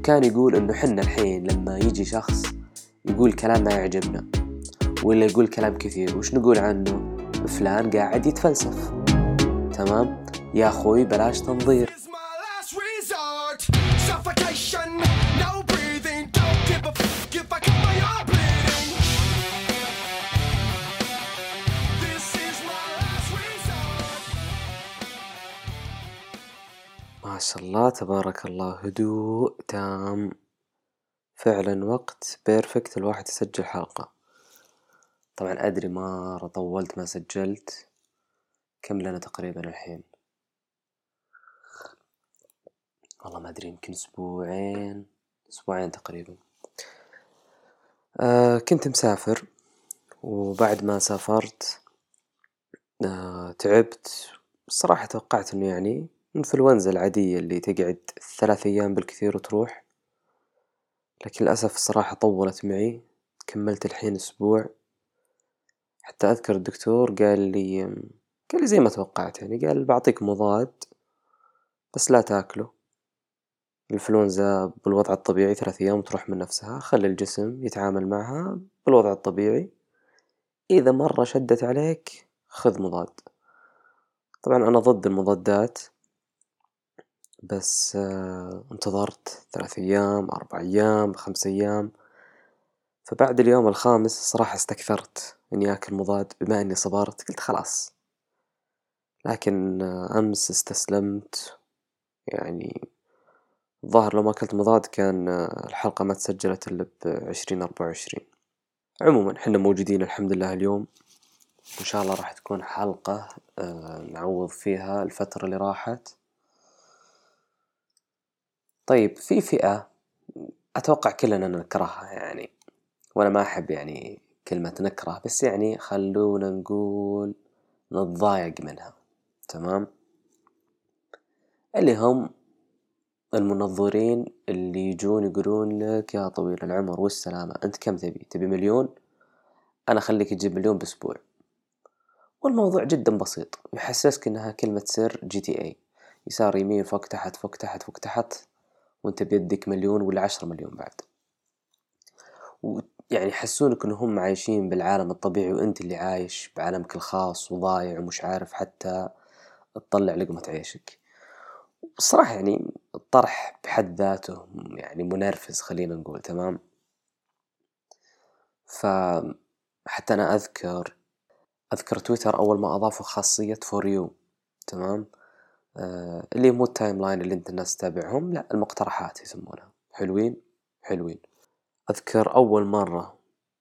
وكان يقول إنه حنا الحين لما يجي شخص يقول كلام ما يعجبنا ولا يقول كلام كثير، وش نقول عنه؟ فلان قاعد يتفلسف. تمام؟ يا أخوي بلاش تنظير. ما شاء الله تبارك الله، هدوء تام فعلا، وقت بيرفكت الواحد يسجل حلقة. طبعا أدري مرة طولت ما سجلت، كم لنا تقريبا الحين؟ والله ما أدري، يمكن أسبوعين تقريبا. كنت مسافر، وبعد ما سافرت تعبت الصراحة. توقعت إنه يعني إنفلونزا العادية اللي تقعد 3 أيام بالكثير وتروح، لكن للأسف الصراحة طولت معي، كملت الحين أسبوع. حتى أذكر الدكتور قال لي زي ما توقعت، يعني قال بعطيك مضاد بس لا تاكله. الإنفلونزا بالوضع الطبيعي 3 أيام تروح من نفسها، خلي الجسم يتعامل معها بالوضع الطبيعي، إذا مرة شدت عليك خذ مضاد. طبعا أنا ضد المضادات، بس انتظرت 3 أيام 4 أيام 5 أيام، فبعد اليوم الخامس الصراحة استكثرت إني أكل مضاد. بما إني صبرت قلت خلاص، لكن أمس استسلمت. يعني الظاهر لو ما أكلت مضاد كان الحلقة ما تسجلت إلا ب2024. عموما حنا موجودين الحمد لله اليوم، وإن شاء الله راح تكون حلقة نعوض فيها الفترة اللي راحت. طيب، في فئة أتوقع كلنا نكرهها يعني، وأنا ما أحب يعني كلمة نكره، بس يعني خلونا نقول نتضايق منها. تمام؟ اللي هم المنظرين اللي يجون يقولون لك يا طويل العمر والسلامة، أنت كم تبي 1,000,000؟ أنا خليك تجيب 1,000,000 بأسبوع. والموضوع جدا بسيط، يحسسك إنها كلمة سر GTA، يسار يمين فوق تحت فوق تحت فوق تحت، وأنت بيدك 1,000,000 ولا 10,000,000 بعد. ويعني يحسونك إنهم عايشين بالعالم الطبيعي، وأنت اللي عايش بعالمك الخاص وضايع ومش عارف حتى تطلع لقمة عيشك. الصراحة يعني الطرح بحد ذاته يعني منرفز، خلينا نقول. تمام؟ فحتى أنا أذكر تويتر أول ما أضافوا خاصية for you. تمام؟ اللي مو التايم لاين اللي انت الناس تتابعهم، لا، المقترحات يسمونها. حلوين. أذكر أول مرة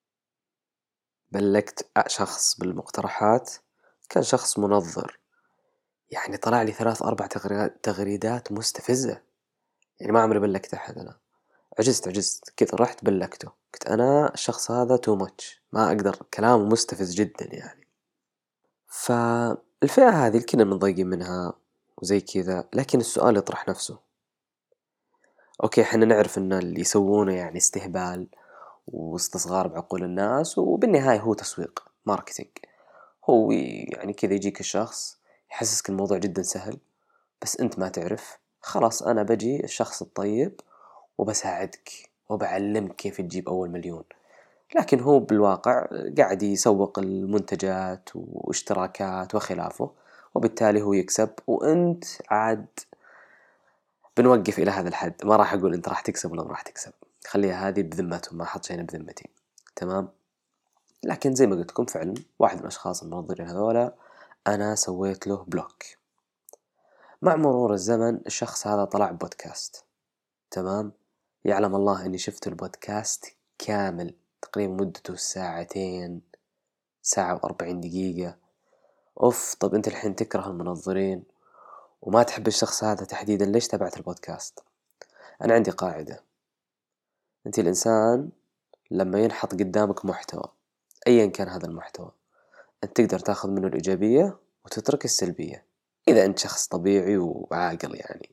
بلقت شخص بالمقترحات كان شخص منظر، يعني طلع لي 3-4 تغريدات مستفزة، يعني ما عمري بلقت أحد. أنا عجزت كذا، رحت بلقته، قلت أنا الشخص هذا too much، ما أقدر، كلامه مستفز جدا يعني. فالفئة هذه الكلنا متضايقين منها وزي كذا، لكن السؤال يطرح نفسه. أوكي، حنا نعرف إن اللي يسوونه يعني استهبال واستصغار بعقول الناس، وبالنهاية هو تسويق ماركتينج. هو يعني كذا يجيك الشخص يحسسك الموضوع جدا سهل، بس أنت ما تعرف. خلاص أنا بجي الشخص الطيب وبساعدك وبعلمك كيف تجيب أول 1,000,000، لكن هو بالواقع قاعد يسوق المنتجات واشتراكات وخلافه، وبالتالي هو يكسب، وأنت عاد بنوقف إلى هذا الحد. ما راح أقول أنت راح تكسب ولا ما راح تكسب، خليها هذه بذمتهم، ما حط شيء بذمتي. تمام؟ لكن زي ما قلت لكم فعلا واحد من الأشخاص المنظرين هذولا أنا سويت له بلوك. مع مرور الزمن الشخص هذا طلع بودكاست. تمام؟ يعلم الله أني شفت البودكاست كامل، تقريبا مدته 2 ساعة و40 دقيقة. أوف، طب أنت الحين تكره المنظرين وما تحب الشخص هذا تحديدا، ليش تابعت البودكاست؟ أنا عندي قاعدة، أنت الإنسان لما ينحط قدامك محتوى أيا كان هذا المحتوى، أنت تقدر تاخذ منه الإيجابية وتترك السلبية، إذا أنت شخص طبيعي وعاقل يعني.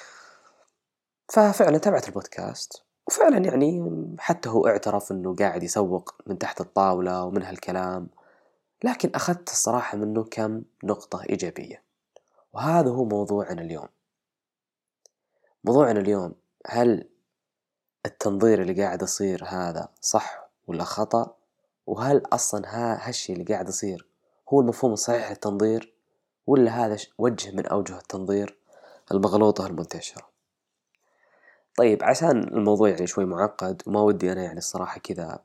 ففعلا تابعت البودكاست، وفعلا يعني حتى هو اعترف أنه قاعد يسوق من تحت الطاولة ومن هالكلام، لكن أخذت الصراحة منه كم نقطة إيجابية. وهذا هو موضوعنا اليوم. هل التنظير اللي قاعد يصير هذا صح ولا خطأ، وهل أصلا هالشي اللي قاعد يصير هو المفهوم الصحيح للتنظير، ولا هذا وجه من أوجه التنظير المغلوطة المنتشرة. طيب عشان الموضوع يعني شوي معقد وما ودي أنا يعني الصراحة كذا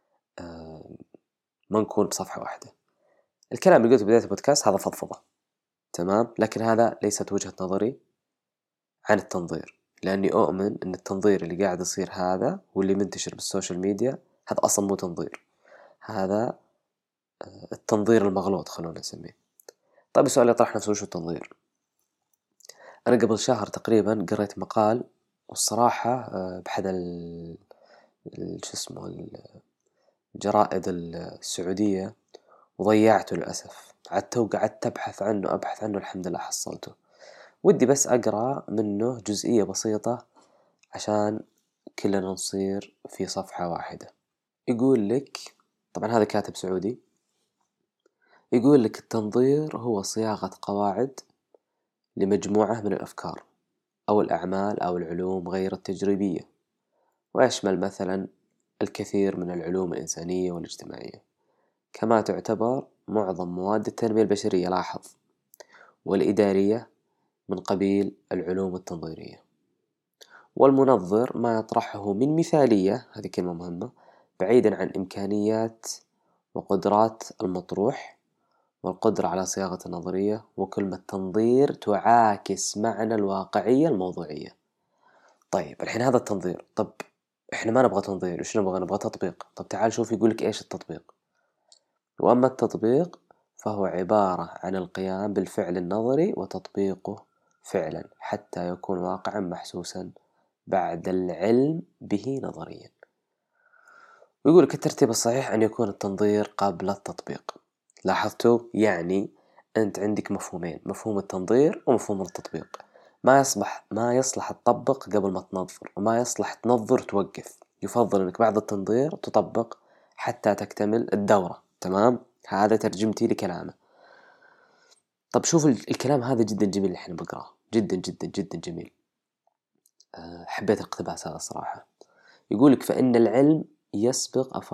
ما نكون بصفحة واحدة، الكلام اللي قلته بداية البودكاست هذا فضفضة، تمام، لكن هذا ليست وجهة نظري عن التنظير، لأني أؤمن أن التنظير اللي قاعد يصير هذا واللي منتشر بالسوشيال ميديا هذا أصلا مو تنظير، هذا التنظير المغلوط خلونا نسميه. طيب السؤال يطرح نفسه، وش التنظير؟ أنا قبل شهر تقريبا قريت مقال، والصراحة بحد شو اسمه الجرائد السعودية، وضيعته للأسف، قعدت أبحث عنه الحمد لله حصلته. ودي بس أقرأ منه جزئية بسيطة عشان كلنا نصير في صفحة واحدة. يقول لك، طبعا هذا كاتب سعودي، يقول لك التنظير هو صياغة قواعد لمجموعة من الأفكار أو الأعمال أو العلوم غير التجريبية، ويشمل مثلا الكثير من العلوم الإنسانية والاجتماعية، كما تعتبر معظم مواد التنمية البشرية، لاحظ، والإدارية من قبيل العلوم التنظيرية. والمنظر ما يطرحه من مثالية، هذه كلمة مهمة، بعيدا عن إمكانيات وقدرات المطروح والقدرة على صياغة النظرية. وكلمة تنظير تعاكس معنى الواقعية الموضوعية. طيب الحين هذا التنظير، طب إحنا ما نبغى تنظير، وش نبغى تطبيق. طب تعال شوف يقولك إيش التطبيق. وأما التطبيق فهو عبارة عن القيام بالفعل النظري وتطبيقه فعلا حتى يكون واقعا محسوسا بعد العلم به نظريا. ويقولك الترتيب الصحيح أن يكون التنظير قبل التطبيق. لاحظتوا؟ يعني أنت عندك مفهومين، مفهوم التنظير ومفهوم التطبيق. ما يصلح تطبق قبل ما تنظر، وما يصلح تنظر توقف. يفضل أنك بعد التنظير تطبق حتى تكتمل الدورة. تمام؟ هذا ترجمتي لكلامه. طب شوف الكلام هذا جدا جميل اللي احنا بقراه، جدا جدا جدا جميل. حبيت الاقتباس هذا الصراحة. يقولك فإن العلم يسبق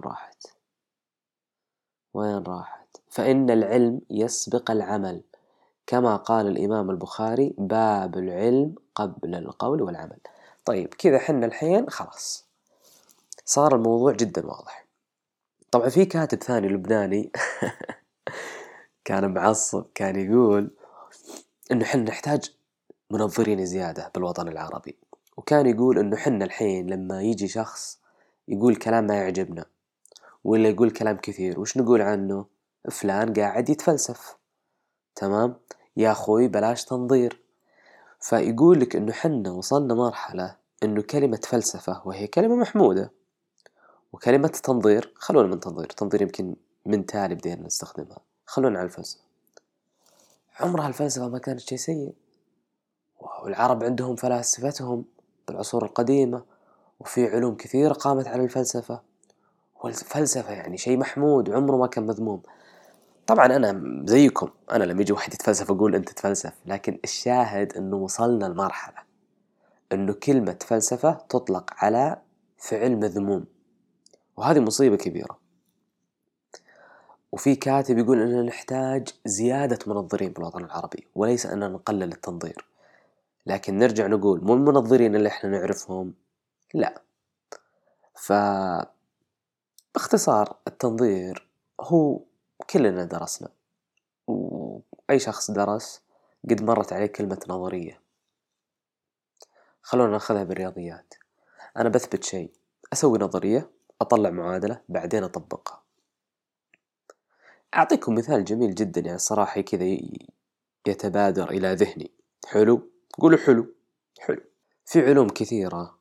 وين راحت؟ فإن العلم يسبق العمل، كما قال الإمام البخاري: باب العلم قبل القول والعمل. طيب كذا حنا الحين خلاص صار الموضوع جدا واضح. طبعا في كاتب ثاني لبناني كان معصب، كان يقول إنه حنا نحتاج منظرين زيادة بالوطن العربي، وكان يقول إنه حنا الحين لما يجي شخص يقول كلام ما يعجبنا ولا يقول كلام كثير، وش نقول عنه؟ فلان قاعد يتفلسف. تمام؟ يا أخوي بلاش تنظير. فيقول لك إنه حنا وصلنا مرحلة إنه كلمة فلسفة وهي كلمة محمودة، وكلمة تنظير، خلونا من تنظير يمكن من تالي بدينا نستخدمها، خلونا على الفلسفة. عمرها الفلسفة ما كانت شيء سيء، والعرب عندهم فلاسفتهم بالعصور القديمة، وفي علوم كثيرة قامت على الفلسفة، والفلسفة يعني شيء محمود عمره ما كان مذموم. طبعا أنا زيكم، أنا لما يجي واحد يتفلسف أقول أنت تتفلسف، لكن الشاهد أنه وصلنا لمرحلة أنه كلمة فلسفة تطلق على فعل مذموم، وهذه مصيبة كبيرة. وفي كاتب يقول أننا نحتاج زيادة منظرين بالوطن العربي، وليس أننا نقلل التنظير. لكن نرجع نقول مو المنظرين اللي احنا نعرفهم، لا. باختصار التنظير هو كلنا درسنا، وأي شخص درس قد مرت عليه كلمة نظرية. خلونا ناخذها بالرياضيات. أنا بثبت شيء، أسوي نظرية، أطلع معادلة، بعدين أطبقها. أعطيكم مثال جميل جدا يعني الصراحة كذا يتبادر إلى ذهني. حلو؟ قولوا حلو. في علوم كثيرة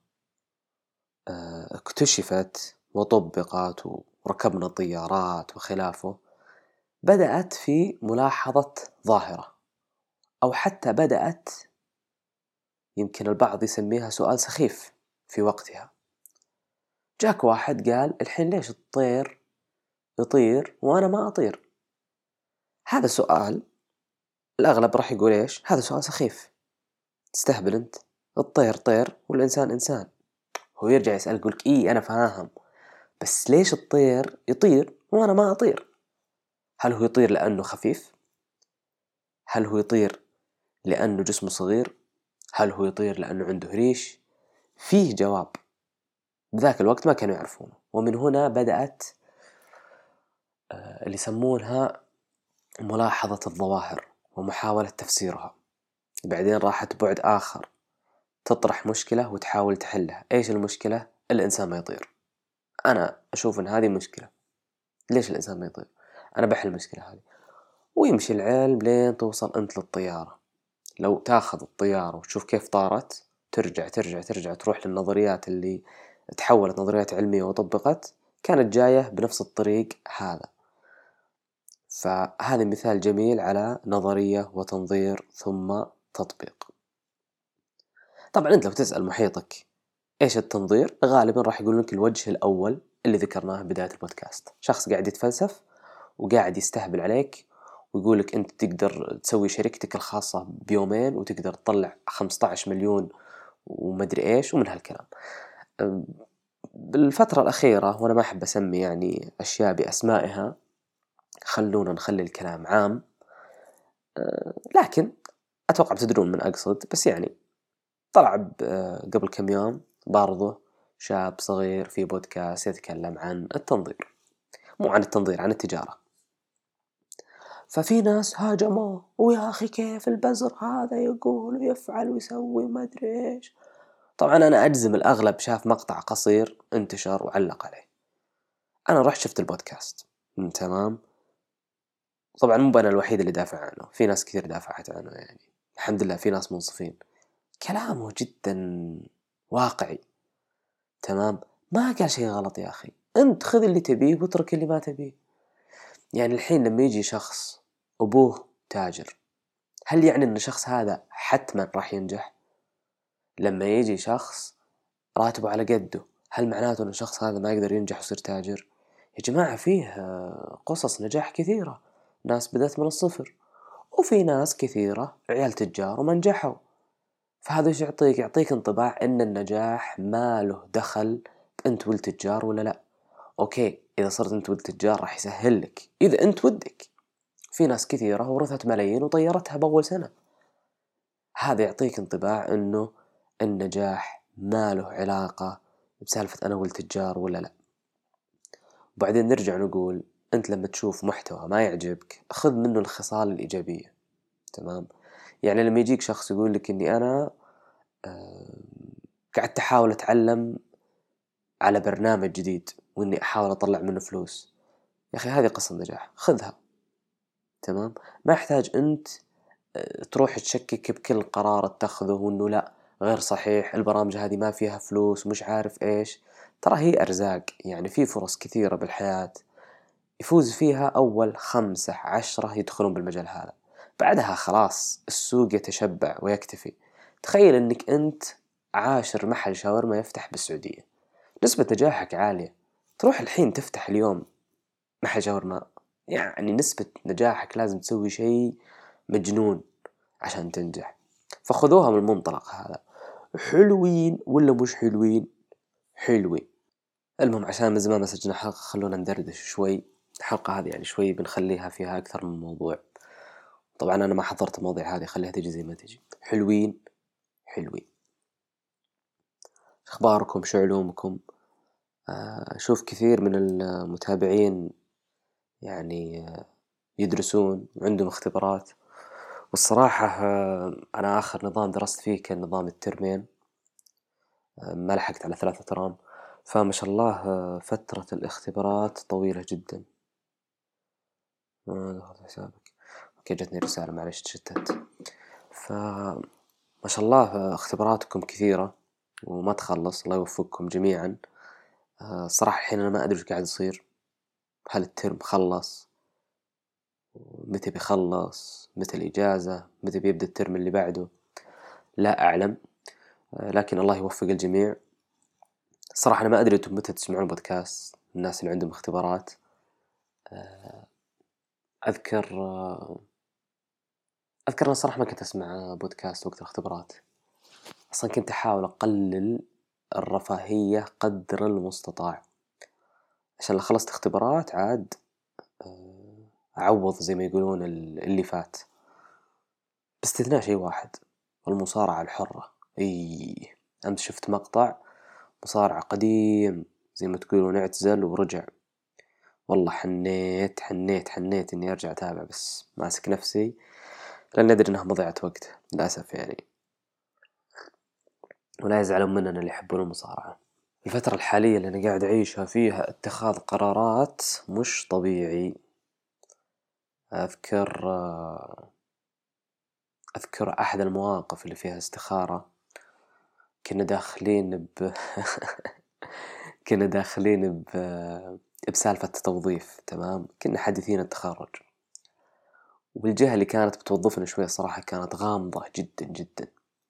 اكتشفت وطبقت وركبنا طيارات وخلافه، بدأت في ملاحظة ظاهرة، أو حتى بدأت يمكن البعض يسميها سؤال سخيف في وقتها. جاك واحد قال الحين ليش الطير يطير وأنا ما أطير؟ هذا سؤال الأغلب راح يقول إيش؟ هذا سؤال سخيف، تستهبل أنت، الطير طير والإنسان إنسان. هو يرجع يسألك يقولك إيه أنا فاهم، بس ليش الطير يطير وأنا ما أطير؟ هل هو يطير لأنه خفيف؟ هل هو يطير لأنه جسمه صغير؟ هل هو يطير لأنه عنده ريش؟ فيه جواب. بذاك الوقت ما كانوا يعرفونه، ومن هنا بدأت اللي يسمونها ملاحظة الظواهر ومحاولة تفسيرها. بعدين راحت بعد آخر، تطرح مشكلة وتحاول تحلها. إيش المشكلة؟ الإنسان ما يطير. أنا أشوف أن هذه مشكلة، ليش الإنسان ما يطير؟ أنا بحل المشكلة هذه. ويمشي العلم لين توصل أنت للطيارة. لو تاخذ الطيارة وتشوف كيف طارت، ترجع تروح للنظريات اللي تحولت نظريات علمية وطبقت، كانت جاية بنفس الطريق هذا. فهذا مثال جميل على نظرية وتنظير ثم تطبيق. طبعا أنت لو تسأل محيطك إيش التنظير، غالبا راح يقول لك الوجه الأول اللي ذكرناه بداية البودكاست. شخص قاعد يتفلسف وقاعد يستهبل عليك ويقولك أنت تقدر تسوي شركتك الخاصة بيومين وتقدر تطلع 15 مليون ومدري إيش ومن هالكلام. بالفترة الأخيرة، وأنا ما أحب أسمي يعني أشياء بأسمائها، خلونا نخلي الكلام عام، لكن أتوقع بتدرون من أقصد. بس يعني طلع قبل كم يوم برضه شاب صغير في بودكاست يتكلم عن التنظير، مو عن التنظير، عن التجارة. ففي ناس هاجموه، ويا أخي كيف البزر هذا يقول ويفعل ويسوي وما أدري إيش. طبعا أنا أجزم الأغلب شاف مقطع قصير انتشر وعلق عليه. أنا رحت شفت البودكاست، تمام. طبعا مو أنا الوحيد اللي دافع عنه، في ناس كثير دافعت عنه، يعني الحمد لله في ناس منصفين. كلامه جدا واقعي، تمام. ما قال شيء غلط يا أخي. أنت خذ اللي تبيه واترك اللي ما تبيه. يعني الحين لما يجي شخص أبوه تاجر، هل يعني أن الشخص هذا حتما راح ينجح؟ لما يجي شخص راتبه على قده، هل معناته أن الشخص هذا ما يقدر ينجح ويصير تاجر؟ يا جماعة فيه قصص نجاح كثيرة، ناس بدأت من الصفر، وفي ناس كثيرة عيال تجار وما نجحوا. فهذا ايش يعطيك؟ يعطيك انطباع ان النجاح ما له دخل انت ولد تجار ولا لا. اوكي، اذا صرت انت ولد تجار راح يسهل لك اذا انت ودك. في ناس كثيرة ورثت ملايين وطيرتها بأول سنة. هذا يعطيك انطباع انه النجاح ما له علاقة بسالفة انا ولد تجار ولا لا. وبعدين نرجع نقول انت لما تشوف محتوى ما يعجبك، خذ منه الخصال الإيجابية، تمام. يعني لما يجيك شخص يقول لك اني انا قاعد أحاول أتعلم على برنامج جديد وإني أحاول أطلع منه فلوس، يا أخي هذه قصة نجاح، خذها، تمام. ما يحتاج أنت تروح تشكك بكل قرار تأخذه وإنه لا غير صحيح، البرامج هذه ما فيها فلوس ومش عارف إيش. ترى هي أرزاق، يعني في فرص كثيرة بالحياة يفوز فيها أول 5-10 يدخلون بالمجال هذا، بعدها خلاص السوق يتشبع ويكتفي. تخيل أنك أنت 10 محل شاورما يفتح بالسعودية، نسبة نجاحك عالية. تروح الحين تفتح اليوم محل شاورما، يعني نسبة نجاحك لازم تسوي شيء مجنون عشان تنجح. فخذوها من المنطلق هذا، حلوين ولا مش حلوين؟ حلوين. المهم عشان من زمان ما سجلنا حلقة، خلونا ندردش شوي. الحلقة هذه يعني شوي بنخليها فيها أكثر من موضوع. طبعا أنا ما حضرت المواضيع هذه، خليها تجي زي ما تجي. حلوين حلوين. أخباركم؟ شو علومكم؟ أشوف كثير من المتابعين يعني يدرسون وعندهم اختبارات، والصراحة أنا آخر نظام درست فيه كان نظام الترمين، ما لحقت على 3 ترام. فما شاء الله فترة الاختبارات طويلة جدا. دخلت حسابك، اوكي جتني رسالة معلش تشتت. فما شاء الله اختباراتكم كثيرة وما تخلص، الله يوفقكم جميعا. الصراحة الحين أنا ما أدري وش قاعد يصير، هل الترم خلص؟ متى بيخلص؟ متى الإجازة؟ متى بيبدأ الترم اللي بعده؟ لا أعلم، لكن الله يوفق الجميع. صراحة أنا ما أدري أنتم متى تسمعون بودكاست الناس اللي عندهم اختبارات. أذكر أنا صراحة ما كنت أسمع بودكاست وقت الاختبارات، أصلا كنت أحاول أقلل الرفاهية قدر المستطاع، عشان لو خلصت اختبارات عاد أعوض زي ما يقولون اللي فات، باستثناء شيء واحد: المصارعة الحرة. أمس شفت مقطع مصارع قديم زي ما تقولون اعتزل ورجع، والله حنيت إني أرجع أتابع، بس ماسك نفسي لأن أدري إنها مضيعة وقت للأسف يعني، ولا يزعلون مننا اللي يحبون المصارعة. الفترة الحالية اللي أنا قاعد أعيشها فيها اتخاذ قرارات مش طبيعي. أذكر أحد المواقف اللي فيها استخارة، كنا داخلين كنا داخلين بسالفة توظيف، تمام؟ كنا حديثين التخرج، والجهة اللي كانت بتوظفنا شوية صراحة كانت غامضة جدا جدا.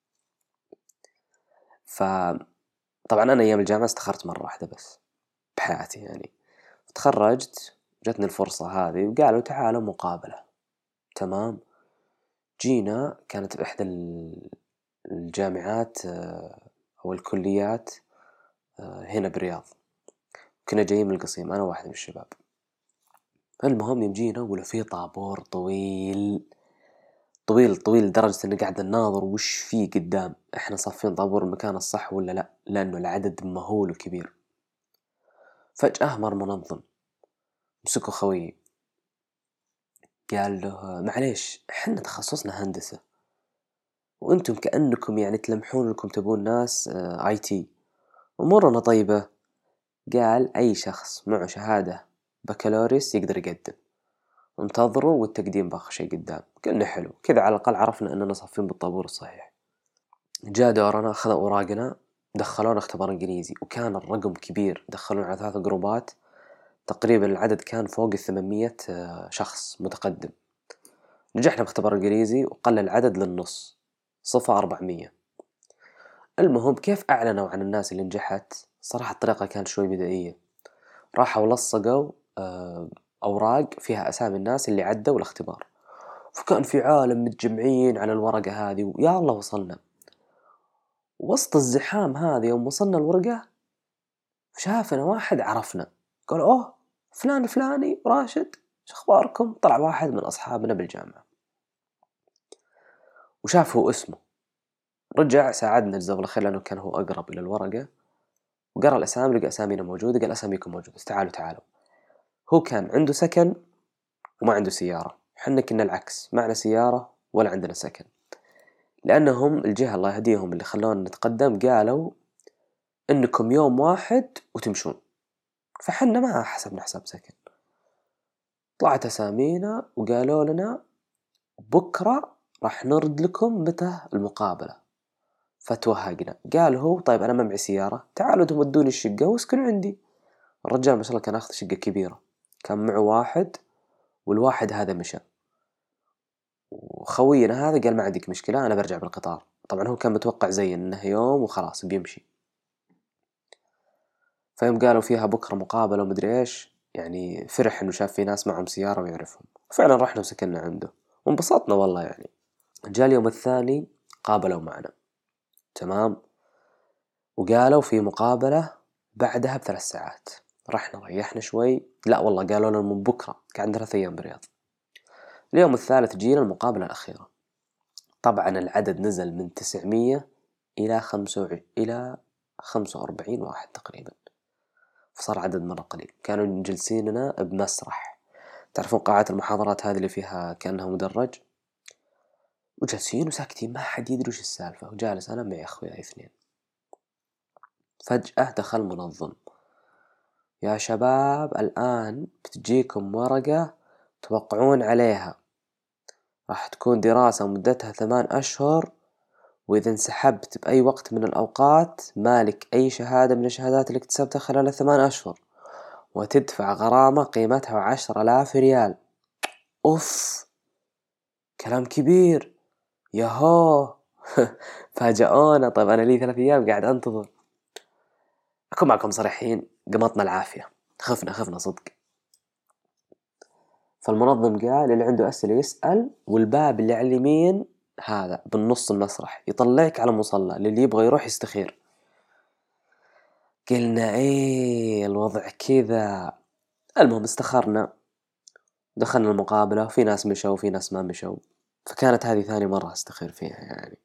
فطبعا أنا أيام الجامعة استخرت مرة واحدة بس بحياتي يعني، تخرجت جتني الفرصة هذه وقالوا تعالوا مقابلة، تمام؟ جينا، كانت بإحدى الجامعات أو الكليات هنا بالرياض، كنا جايين من القصيم أنا واحد من الشباب. المهم يمجينا ولا فيه طابور طويل طويل طويل لدرجة إن قاعد نناظر وش فيه قدام، إحنا صافين طابور المكان الصح ولا لأ، لأنه العدد مهول وكبير. فجأة مر منظم مسكوا خوي قال له معليش إحنا تخصصنا هندسة وأنتم كأنكم يعني تلمحون لكم تبون ناس اي تي، أمورنا طيبة. قال أي شخص معه شهادة بكالوريوس يقدر يقدم، انتظروا والتقديم باخر شيء قدام. قلنا حلو كذا، على الأقل عرفنا أننا صافين بالطابور الصحيح. جاء دورنا، أخذوا أوراقنا، دخلونا اختبار إنجليزي، وكان الرقم كبير، دخلونا على 3 جروبات، تقريبا العدد كان فوق 800 شخص متقدم. نجحنا باختبار إنجليزي وقل العدد للنص، صفى 400. المهم كيف أعلنوا عن الناس اللي نجحت؟ صراحة الطريقة كانت شوي بدائية، راحوا لصقوا أوراق فيها أسامي الناس اللي عدوا الاختبار، فكان في عالم متجمعين على الورقة هذه، ويا الله وصلنا. وسط الزحام هذه يوم وصلنا الورقة شافنا واحد عرفنا، قال أوه فلان فلاني راشد، شو أخباركم؟ طلع واحد من أصحابنا بالجامعة وشاف هو اسمه، رجع ساعدنا جزاه الله خير لأنه كان هو أقرب إلى الورقة، وقرأ الأسامي لقى أسامينا موجودة، قال أساميكم موجودة، تعالوا. هو كان عنده سكن وما عنده سيارة، حنا كنا العكس، معنا سيارة ولا عندنا سكن، لأنهم الجهة الله يهديهم اللي خلونا نتقدم قالوا إنكم يوم واحد وتمشون، فحنا ما حسبنا حساب سكن. طلعت أسامينا وقالوا لنا بكرة راح نرد لكم متى المقابلة، فتوهقنا. قال هو طيب أنا ما معي سيارة، تعالوا تمدوني الشقة واسكنوا عندي. الرجال ما شاء الله كان أخذ شقة كبيرة، كان معه واحد، والواحد هذا مشى، وخوينا هذا قال ما عندك مشكلة أنا برجع بالقطار. طبعا هو كان متوقع زي إنه يوم وخلاص بيمشي. فيوم قالوا فيها بكرة مقابلة ومدري إيش، يعني فرح إنه شاف في ناس معهم سيارة ويعرفهم، فعلا رحنا وسكننا عنده وانبسطنا والله يعني. جاء اليوم الثاني قابلوا معنا، تمام، وقالوا في مقابلة بعدها ب3 ساعات. رحنا ريحنا شوي، لا والله قالوا لنا من بكرة، قعدنا 3 أيام بالرياض. اليوم الثالث جينا المقابلة الأخيرة، طبعا العدد نزل من 900 إلى 45 واحد تقريبا، فصار عدد مرة قليل. كانوا مجلسيننا بمسرح، تعرفون قاعات المحاضرات هذه اللي فيها كأنها مدرج، وجالسين وساكتين ما حد يدري وش السالفة، وجالس أنا معي أخوياي 2. فجأة دخل منظم، يا شباب الآن بتجيكم ورقة توقعون عليها، راح تكون دراسة مدتها 8 أشهر، وإذا انسحبت بأي وقت من الأوقات مالك أي شهادة من الشهادات اللي اكتسبتها خلال 8 أشهر، وتدفع غرامة قيمتها 10,000 ريال. أوف كلام كبير، ياهو. فاجأونا. طيب أنا لي 3 أيام قاعد أنتظر. أكون معكم صريحين، قمطنا العافية، خفنا صدق. فالمنظم قال اللي عنده أسئلة يسأل، والباب اللي على اليمين هذا بالنص المسرح يطلعك على مصلى للي يبغى يروح يستخير. قلنا ايه الوضع كذا. المهم استخرنا، دخلنا المقابلة، وفي ناس مشوا وفي ناس ما مشوا، فكانت هذه ثاني مرة استخير فيها يعني.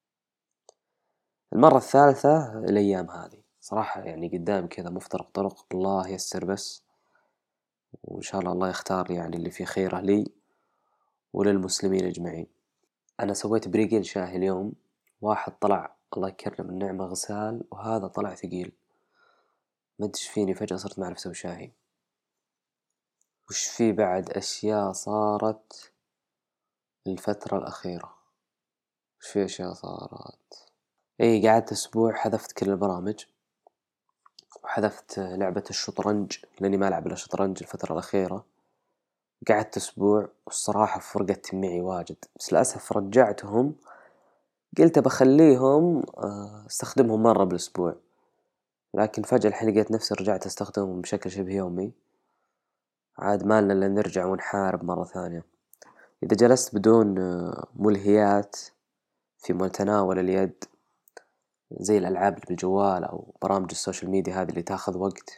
المرة الثالثة الأيام هذه صراحة يعني قدام كذا مفترق طرق، الله يسر بس، وإن شاء الله يختار يعني اللي فيه خيره لي وللمسلمين أجمعين. أنا سويت بريقين شاهي اليوم، واحد طلع الله يكرم النعمة غسال، وهذا طلع ثقيل. ما أدري فيني فجأة صرت ما أعرف أسوي شاهي. وش في بعد أشياء صارت الفترة الأخيرة؟ وش في أشياء صارت؟ إيه قعدت أسبوع حذفت كل البرامج، وحذفت لعبة الشطرنج لأني ما ألعب إلا شطرنج الفترة الأخيرة. قعدت أسبوع والصراحة فرقت معي واجد، بس للأسف رجعتهم، قلت بخليهم استخدمهم مرة بالأسبوع، لكن فجأة الحين لقيت نفسي رجعت استخدمهم بشكل شبه يومي. عاد مالنا إلا نرجع ونحارب مرة ثانية. إذا جلست بدون ملهيات في متناول اليد زي الألعاب اللي بالجوال أو برامج السوشيال ميديا هذه اللي تاخذ وقت،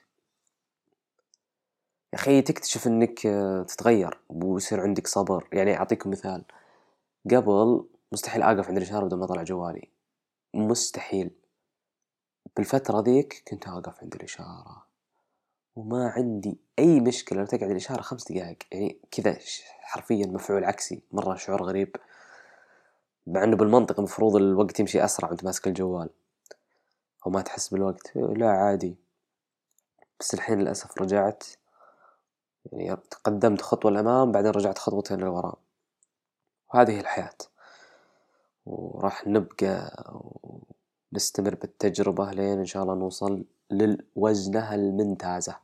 يا أخي تكتشف إنك تتغير ويصير عندك صبر. يعني أعطيكم مثال، قبل مستحيل أقف عند الإشارة بدون ما أطلع جوالي، مستحيل. بالفترة ذيك كنت أقف عند الإشارة وما عندي أي مشكلة لو تقعد الإشارة 5 دقائق، يعني كذا حرفيا مفعول عكسي، مرة شعور غريب، مع أنه بالمنطق المفروض الوقت يمشي أسرع وأنت ماسك الجوال وما تحس بالوقت، لا عادي. بس الحين للأسف رجعت، يعني تقدمت خطوة للأمام بعدين رجعت خطوتين للوراء، وهذه الحياة. وراح نبقى نستمر بالتجربة لين إن شاء الله نوصل للوزنة الممتازة.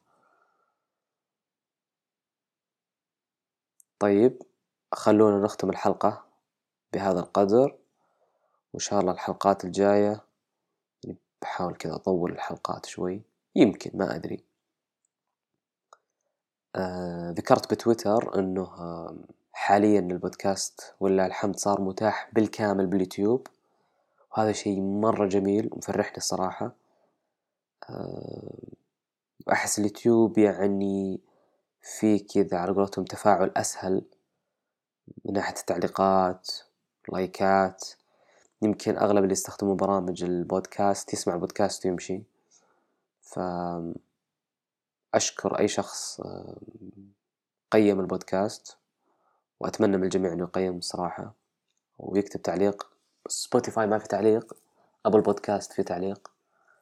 طيب خلونا نختم الحلقة بهذا القدر، وإن شاء الله الحلقات الجاية بحاول كذا أطول الحلقات شوي، يمكن ما أدري. ذكرت بتويتر أنه حاليا البودكاست ولا الحمد صار متاح بالكامل باليوتيوب، وهذا شيء مرة جميل ومفرحني الصراحة. أحس اليوتيوب يعني في كذا على قولتهم تفاعل أسهل من ناحية التعليقات، لايكات. يمكن أغلب اللي يستخدموا برامج البودكاست يسمع البودكاست ويمشي، فأشكر أي شخص قيم البودكاست، وأتمنى من الجميع أنه يقيم الصراحة ويكتب تعليق. سبوتيفاي ما في تعليق، أبل بودكاست في تعليق.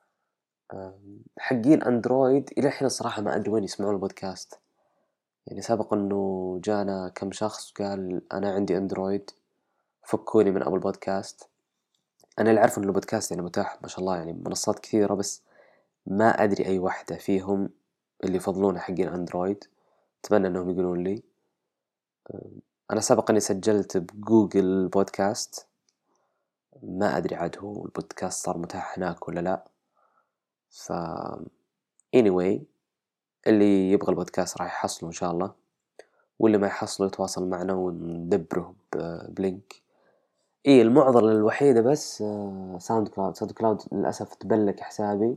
حقين أندرويد إلى الحين الصراحة ما أدري وين يسمعون البودكاست. يعني سبق أنه جانا كم شخص قال أنا عندي أندرويد فكوني من أبل بودكاست. أنا اللي أعرف أن البودكاست يعني متاح ما شاء الله، يعني منصات كثيرة، بس ما أدري أي واحدة فيهم اللي يفضلونه حقين أندرويد. أتمنى أنهم يقولون لي. أنا سبق أني سجلت بجوجل بودكاست، ما أدري عاد هو البودكاست صار متاح هناك ولا لا. ف anyway اللي يبغى البودكاست راح يحصله إن شاء الله، واللي ما يحصله يتواصل معنا وندبره بلينك. إيه المعضلة الوحيدة بس ساوند كلاود للأسف تبلك حسابي،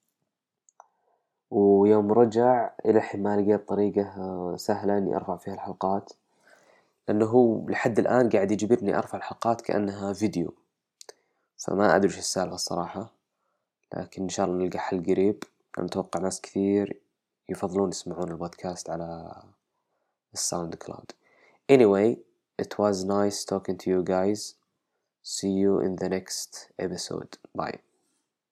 ويوم رجع إلى الحين ما لقيت طريقة سهلة إني أرفع فيها الحلقات، لأنه هو لحد الآن قاعد يجبرني أرفع الحلقات كأنها فيديو، فما أدري وش السالفة الصراحة. لكن إن شاء الله نلقى حل قريب. أنا أتوقع ناس كثير يفضلون يسمعون البودكاست على الساوند كلاود. Anyway, it was nice talking to you guys. See you in the next episode. Bye.